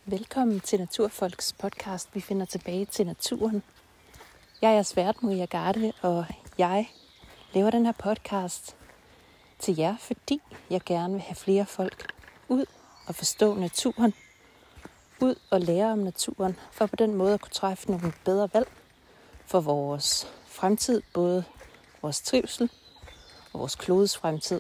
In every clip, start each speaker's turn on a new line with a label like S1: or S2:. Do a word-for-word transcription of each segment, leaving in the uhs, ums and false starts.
S1: Velkommen til Naturfolks podcast. Vi finder tilbage til naturen. Jeg er jeres vært, Maria Garde, og jeg laver den her podcast til jer, fordi jeg gerne vil have flere folk ud og forstå naturen, ud og lære om naturen, for på den måde at kunne træffe nogle bedre valg for vores fremtid, både vores trivsel og vores klodes fremtid.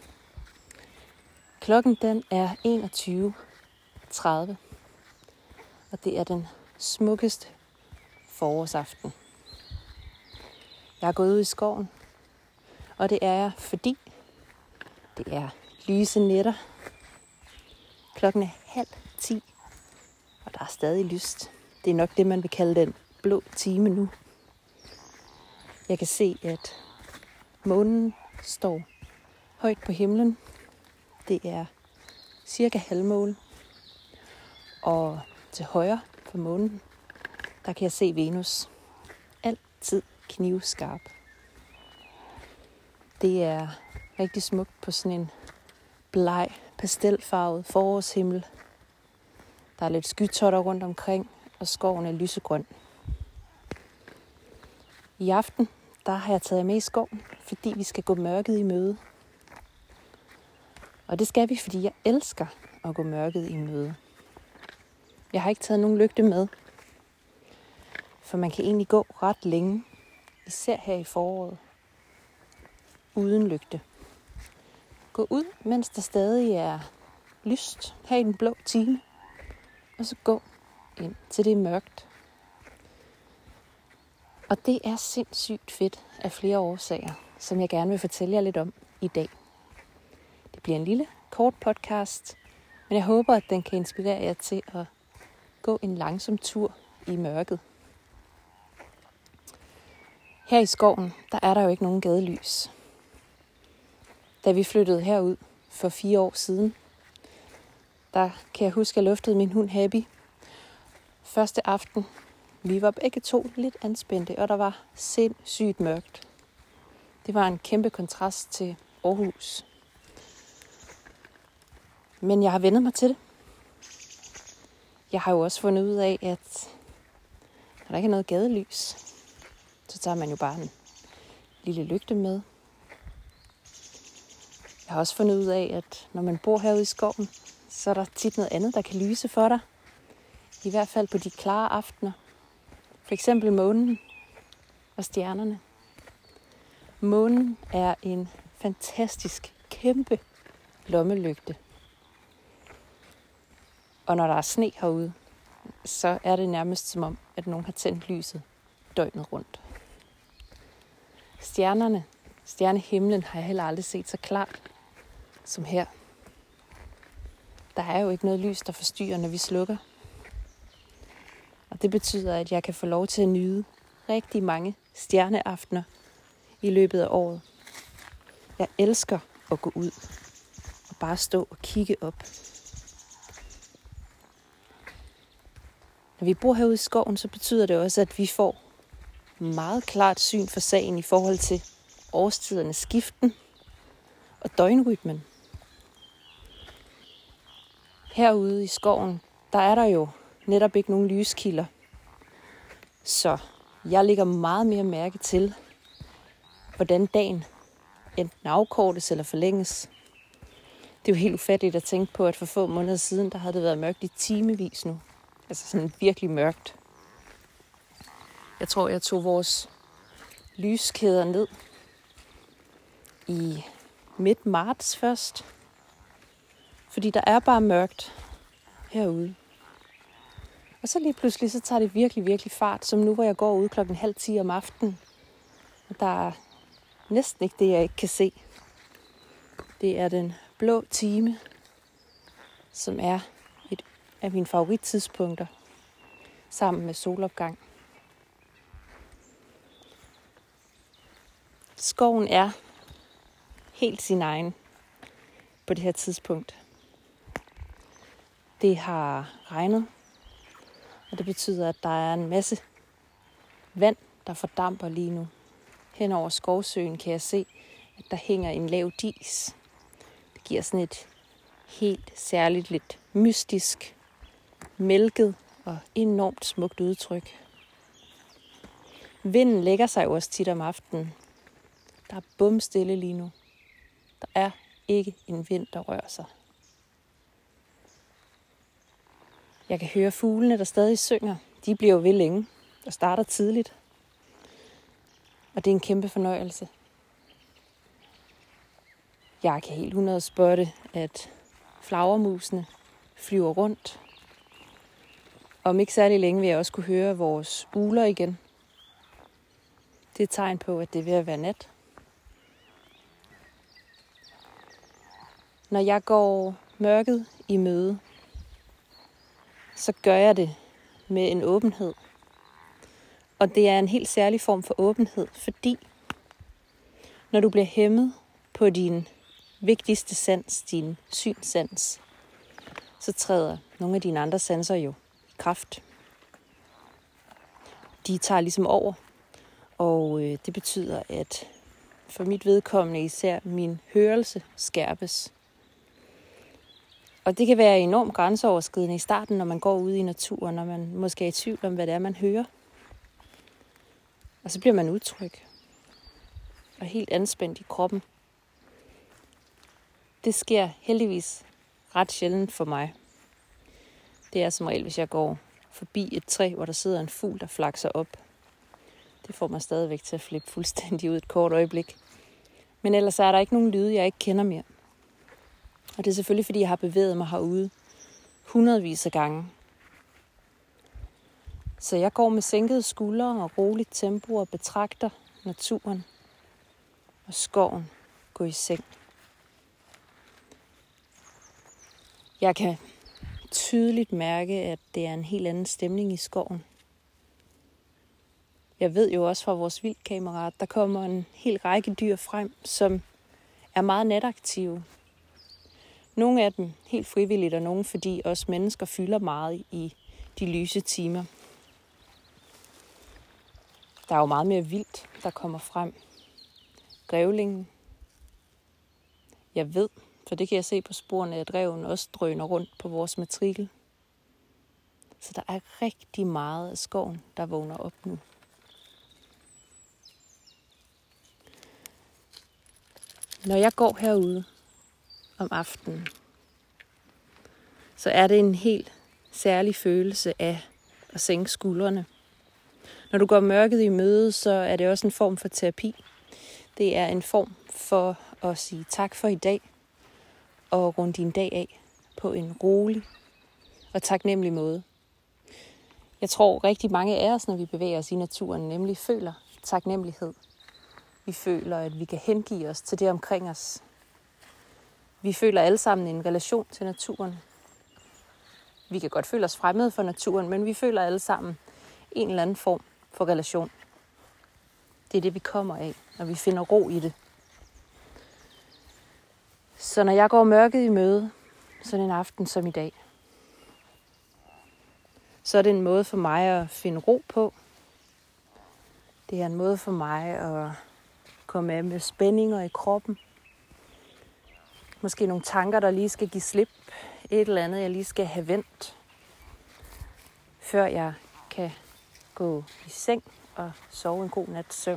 S1: Klokken den er enogtyve tredive, og det er den smukkeste forårsaften. Jeg er gået ud i skoven, og det er jeg, fordi det er lyse nætter. Klokken er halv ti, og der er stadig lyst. Det er nok det, man vil kalde den blå time nu. Jeg kan se, at månen står højt på himlen. Det er cirka halvmåne, og til højre for månen, der kan jeg se Venus. Altid knivskarp. Det er rigtig smukt på sådan en bleg, pastelfarvet forårshimmel. Der er lidt skytotter rundt omkring, og skoven er lysegrøn. I aften, der har jeg taget med i skoven, fordi vi skal gå mørket i møde. Og det skal vi, fordi jeg elsker at gå mørket i møde. Jeg har ikke taget nogen lygte med, for man kan egentlig gå ret længe, især her i foråret, uden lygte. Gå ud, mens der stadig er lyst her i den blå time, og så gå ind til det er mørkt. Og det er sindssygt fedt af flere årsager, som jeg gerne vil fortælle jer lidt om i dag. Det bliver en lille, kort podcast, men jeg håber, at den kan inspirere jer til at gå en langsom tur i mørket. Her i skoven, der er der jo ikke nogen gadelys. Da vi flyttede herud for fire år siden, der kan jeg huske, at jeg luftede min hund Happy. Første aften, vi var begge to lidt anspændte, og der var sindssygt mørkt. Det var en kæmpe kontrast til Aarhus. Men jeg har vendet mig til det. Jeg har jo også fundet ud af, at når der ikke er noget gadelys, så tager man jo bare en lille lygte med. Jeg har også fundet ud af, at når man bor herude i skoven, så er der tit noget andet, der kan lyse for dig. I hvert fald på de klare aftener. For eksempel månen og stjernerne. Månen er en fantastisk, kæmpe lommelygte. Og når der er sne herude, så er det nærmest som om, at nogen har tændt lyset døgnet rundt. Stjernerne, stjernehimlen har jeg heller aldrig set så klart som her. Der er jo ikke noget lys, der forstyrrer, når vi slukker. Og det betyder, at jeg kan få lov til at nyde rigtig mange stjerneaftener i løbet af året. Jeg elsker at gå ud og bare stå og kigge op. Når vi bor herude i skoven, så betyder det også, at vi får meget klart syn for sagen i forhold til årstidernes skiften og døgnrytmen. Herude i skoven, der er der jo netop ikke nogen lyskilder. Så jeg lægger meget mere mærke til, hvordan dagen enten afkortes eller forlænges. Det er jo helt ufatteligt at tænke på, at for få måneder siden, der havde det været mørkt i timevis nu. Altså sådan virkelig mørkt. Jeg tror, jeg tog vores lyskæder ned i midt marts først. Fordi der er bare mørkt herude. Og så lige pludselig, så tager det virkelig, virkelig fart. Som nu, hvor jeg går ud klokken halv ti om aftenen. Og der er næsten ikke det, jeg ikke kan se. Det er den blå time, som er et af mine favorittidspunkter. Sammen med solopgang. Skoven er helt sin egen på det her tidspunkt. Det har regnet, og det betyder, at der er en masse vand, der fordamper lige nu. Hen over skovsøen kan jeg se, at der hænger en lav dis. Det giver sådan et helt særligt, lidt mystisk mælket og enormt smukt udtryk. Vinden lægger sig jo også tit om aftenen. Der er bumstille lige nu. Der er ikke en vind, der rører sig. Jeg kan høre fuglene, der stadig synger. De bliver jo ved længe og starter tidligt. Og det er en kæmpe fornøjelse. Jeg kan helt hundrede spotte, at flagermusene flyver rundt. Om ikke særlig længe vil jeg også kunne høre vores ugler igen. Det er et tegn på, at det er ved at være nat. Når jeg går mørket i møde, så gør jeg det med en åbenhed. Og det er en helt særlig form for åbenhed, fordi når du bliver hæmmet på din vigtigste sans, din synssans, så træder nogle af dine andre sanser jo i kraft. De tager ligesom over, og øh, det betyder, at for mit vedkommende især min hørelse skærpes. Og det kan være enormt grænseoverskridende i starten, når man går ud i naturen, når man måske er i tvivl om, hvad det er, man hører. Og så bliver man utryg og helt anspændt i kroppen. Det sker heldigvis ret sjældent for mig. Det er som regel, hvis jeg går forbi et træ, hvor der sidder en fugl, der flakser op. Det får mig stadigvæk til at flippe fuldstændig ud et kort øjeblik. Men ellers er der ikke nogen lyde, jeg ikke kender mere. Og det er selvfølgelig, fordi jeg har bevæget mig herude hundredvis af gange. Så jeg går med sænkede skuldre og roligt tempo og betragter naturen og skoven gå i seng. Jeg kan tydeligt mærke, at det er en helt anden stemning i skoven. Jeg ved jo også fra vores vildkamera, at der kommer en hel række dyr frem, som er meget nataktive. Nogle af dem helt frivilligt, og nogle fordi os mennesker fylder meget i de lyse timer. Der er jo meget mere vildt, der kommer frem. Grævlingen. Jeg ved, for det kan jeg se på sporene, at ræven også drøner rundt på vores matrikel. Så der er rigtig meget af skoven, der vågner op nu. Når jeg går herude om aftenen, så er det en helt særlig følelse af at sænke skuldrene. Når du går mørket i møde, så er det også en form for terapi. Det er en form for at sige tak for i dag og runde din dag af på en rolig og taknemmelig måde. Jeg tror rigtig mange af os, når vi bevæger os i naturen, nemlig føler taknemmelighed. Vi føler, at vi kan hengive os til det omkring os. Vi føler alle sammen en relation til naturen. Vi kan godt føle os fremmede for naturen, men vi føler alle sammen en eller anden form for relation. Det er det, vi kommer af, og vi finder ro i det. Så når jeg går mørket i møde, sådan en aften som i dag, så er det en måde for mig at finde ro på. Det er en måde for mig at komme af med spændinger i kroppen. Måske nogle tanker, der lige skal give slip. Et eller andet, jeg lige skal have vendt, før jeg kan gå i seng og sove en god nats søvn.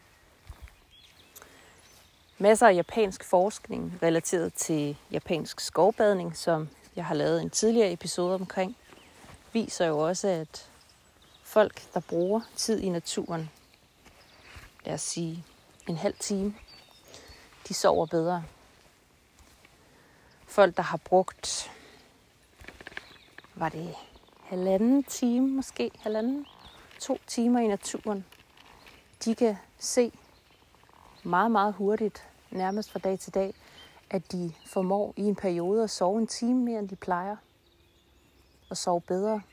S1: Masser af japansk forskning relateret til japansk skovbadning, som jeg har lavet en tidligere episode omkring, viser jo også, at folk, der bruger tid i naturen, lad os sige en halv time, de sover bedre. Folk, der har brugt, var det halvanden time, måske halvanden, to timer i naturen, de kan se meget, meget hurtigt, nærmest fra dag til dag, at de formår i en periode at sove en time mere, end de plejer, og sove bedre.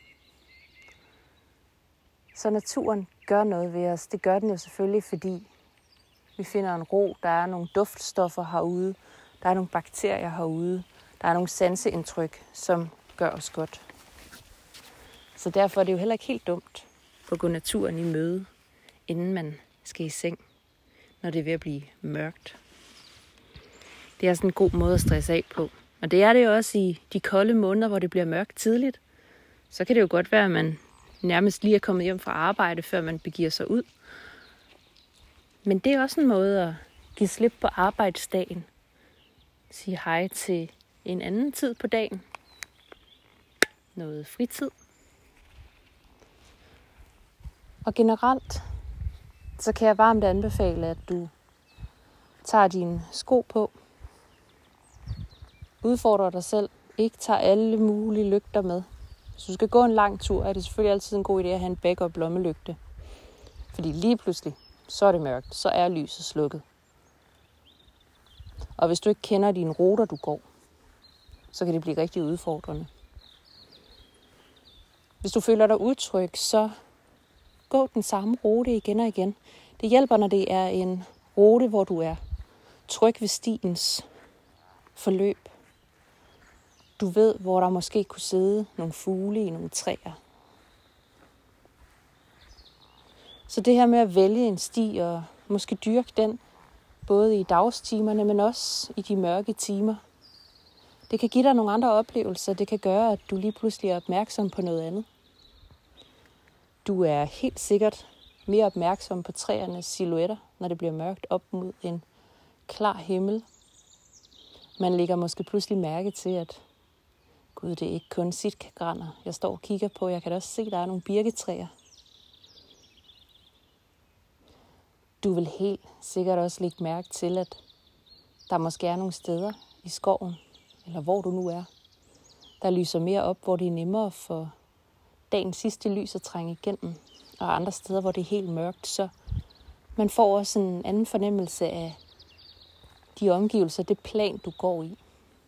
S1: Så naturen gør noget ved os. Det gør den jo selvfølgelig, fordi vi finder en ro. Der er nogle duftstoffer herude. Der er nogle bakterier herude. Der er nogle sanseindtryk, som gør os godt. Så derfor er det jo heller ikke helt dumt at gå naturen i møde, inden man skal i seng, når det er ved at blive mørkt. Det er sådan en god måde at stresse af på. Og det er det jo også i de kolde måneder, hvor det bliver mørkt tidligt. så kan det jo godt være, at man nærmest lige er kommet hjem fra arbejde, før man begiver sig ud. Men det er også en måde at give slip på arbejdsdagen. Sige hej til en anden tid på dagen. Noget fritid. Og generelt, så kan jeg varmt anbefale, at du tager dine sko på. Udfordrer dig selv. Ikke tager alle mulige lygter med. Hvis du skal gå en lang tur, er det selvfølgelig altid en god idé at have en backup lommelygte. Fordi lige pludselig, så er det mørkt. Så er lyset slukket. Og hvis du ikke kender dine ruter, du går, så kan det blive rigtig udfordrende. Hvis du føler dig utryg, så gå den samme rute igen og igen. Det hjælper, når det er en rute, hvor du er tryg ved stiens forløb. Du ved, hvor der måske kunne sidde nogle fugle i nogle træer. Så det her med at vælge en sti og måske dyrke den, både i dagstimerne, men også i de mørke timer. Det kan give dig nogle andre oplevelser. Det kan gøre, at du lige pludselig er opmærksom på noget andet. Du er helt sikkert mere opmærksom på træernes silhuetter, når det bliver mørkt op mod en klar himmel. Man lægger måske pludselig mærke til, at Gud, det er ikke kun sitkagrænder, jeg står og kigger på. Jeg kan da også se, at der er nogle birketræer. Du vil helt sikkert også lægge mærke til, at der måske er nogle steder i skoven, eller hvor du nu er, der lyser mere op, hvor det er nemmere for dagens sidste lys at trænge igennem, og andre steder, hvor det er helt mørkt, så man får også en anden fornemmelse af de omgivelser, det plan, du går i.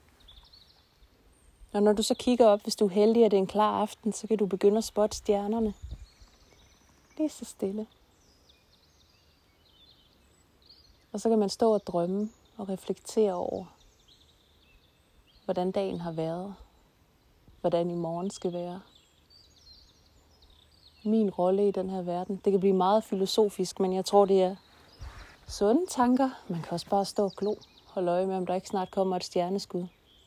S1: Og når du så kigger op, hvis du er heldig, at det er en klar aften, så kan du begynde at spotte stjernerne. Lige så stille. Og så kan man stå og drømme og reflektere over, hvordan dagen har været. Hvordan i morgen skal være. Min rolle i den her verden. Det kan blive meget filosofisk, men jeg tror, det er sunde tanker. Man kan også bare stå og glo. Holde øje med, om der ikke snart kommer et stjerneskud.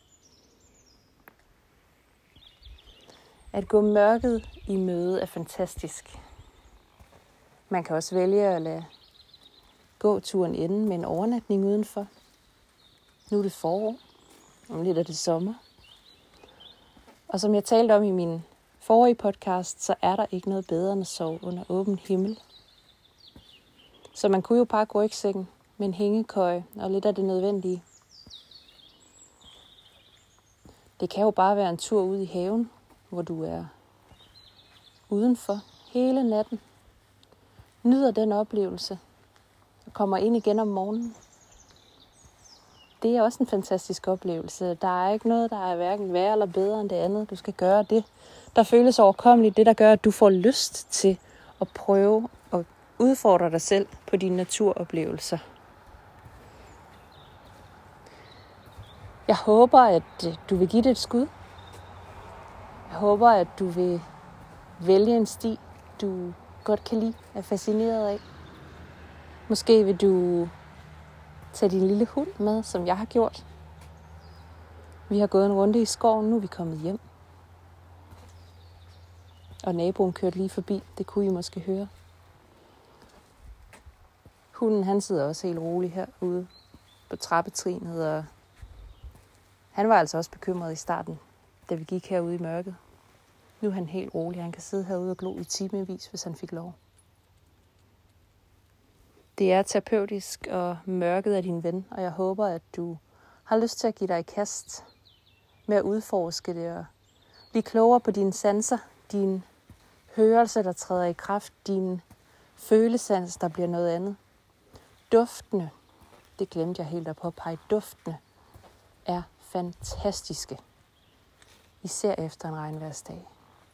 S1: At gå mørket i møde er fantastisk. Man kan også vælge at lade gåturen ende med en overnatning udenfor. Nu er det forår. Om lidt er det sommer. Og som jeg talte om i min forrige podcast, så er der ikke noget bedre end at sove under åben himmel. Så man kunne jo pakke rygsækken med en hængekøje og lidt af det nødvendige. Det kan jo bare være en tur ud i haven, hvor du er udenfor hele natten. Nyder den oplevelse og kommer ind igen om morgenen. Det er også en fantastisk oplevelse. Der er ikke noget, der er hverken værre eller bedre end det andet. Du skal gøre det, der føles overkommeligt. Det, der gør, at du får lyst til at prøve at udfordre dig selv på dine naturoplevelser. Jeg håber, at du vil give det et skud. Jeg håber, at du vil vælge en sti, du godt kan lide, er fascineret af. Måske vil du tage din lille hund med, som jeg har gjort. Vi har gået en runde i skoven, nu er vi kommet hjem. Og naboen kørte lige forbi, det kunne I måske høre. Hunden, han sidder også helt rolig herude på trappetrinet, og han var altså også bekymret i starten, da vi gik herude i mørket. Nu er han helt rolig, han kan sidde herude og glo i timevis, hvis han fik lov. Det er terapeutisk, og mørket er din ven, og jeg håber, at du har lyst til at give dig i kast med at udforske det og blive klogere på dine sanser, din hørelse, der træder i kraft, din følesans, der bliver noget andet. Duftene, det glemte jeg helt at påpege, duftene er fantastiske, især efter en regnvejrsdag.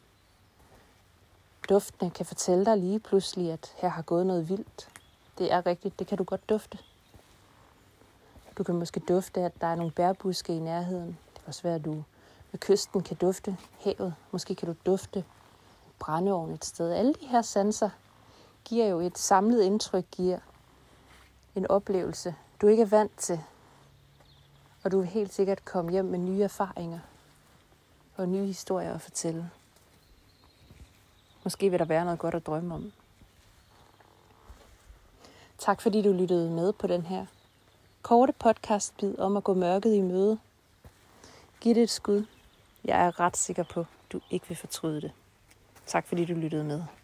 S1: Duftene kan fortælle dig lige pludselig, at her har gået noget vildt. Det er rigtigt, det kan du godt dufte. Du kan måske dufte, at der er nogle bærbuske i nærheden. Det kan også være, at du ved kysten kan dufte havet. Måske kan du dufte en brændeovn et sted. Alle de her sanser giver jo et samlet indtryk, giver en oplevelse, du ikke er vant til. Og du vil helt sikkert komme hjem med nye erfaringer og nye historier at fortælle. Måske vil der være noget godt at drømme om. Tak fordi du lyttede med på den her korte podcastbid om at gå mørket i møde. Giv det et skud. Jeg er ret sikker på, at du ikke vil fortryde det. Tak fordi du lyttede med.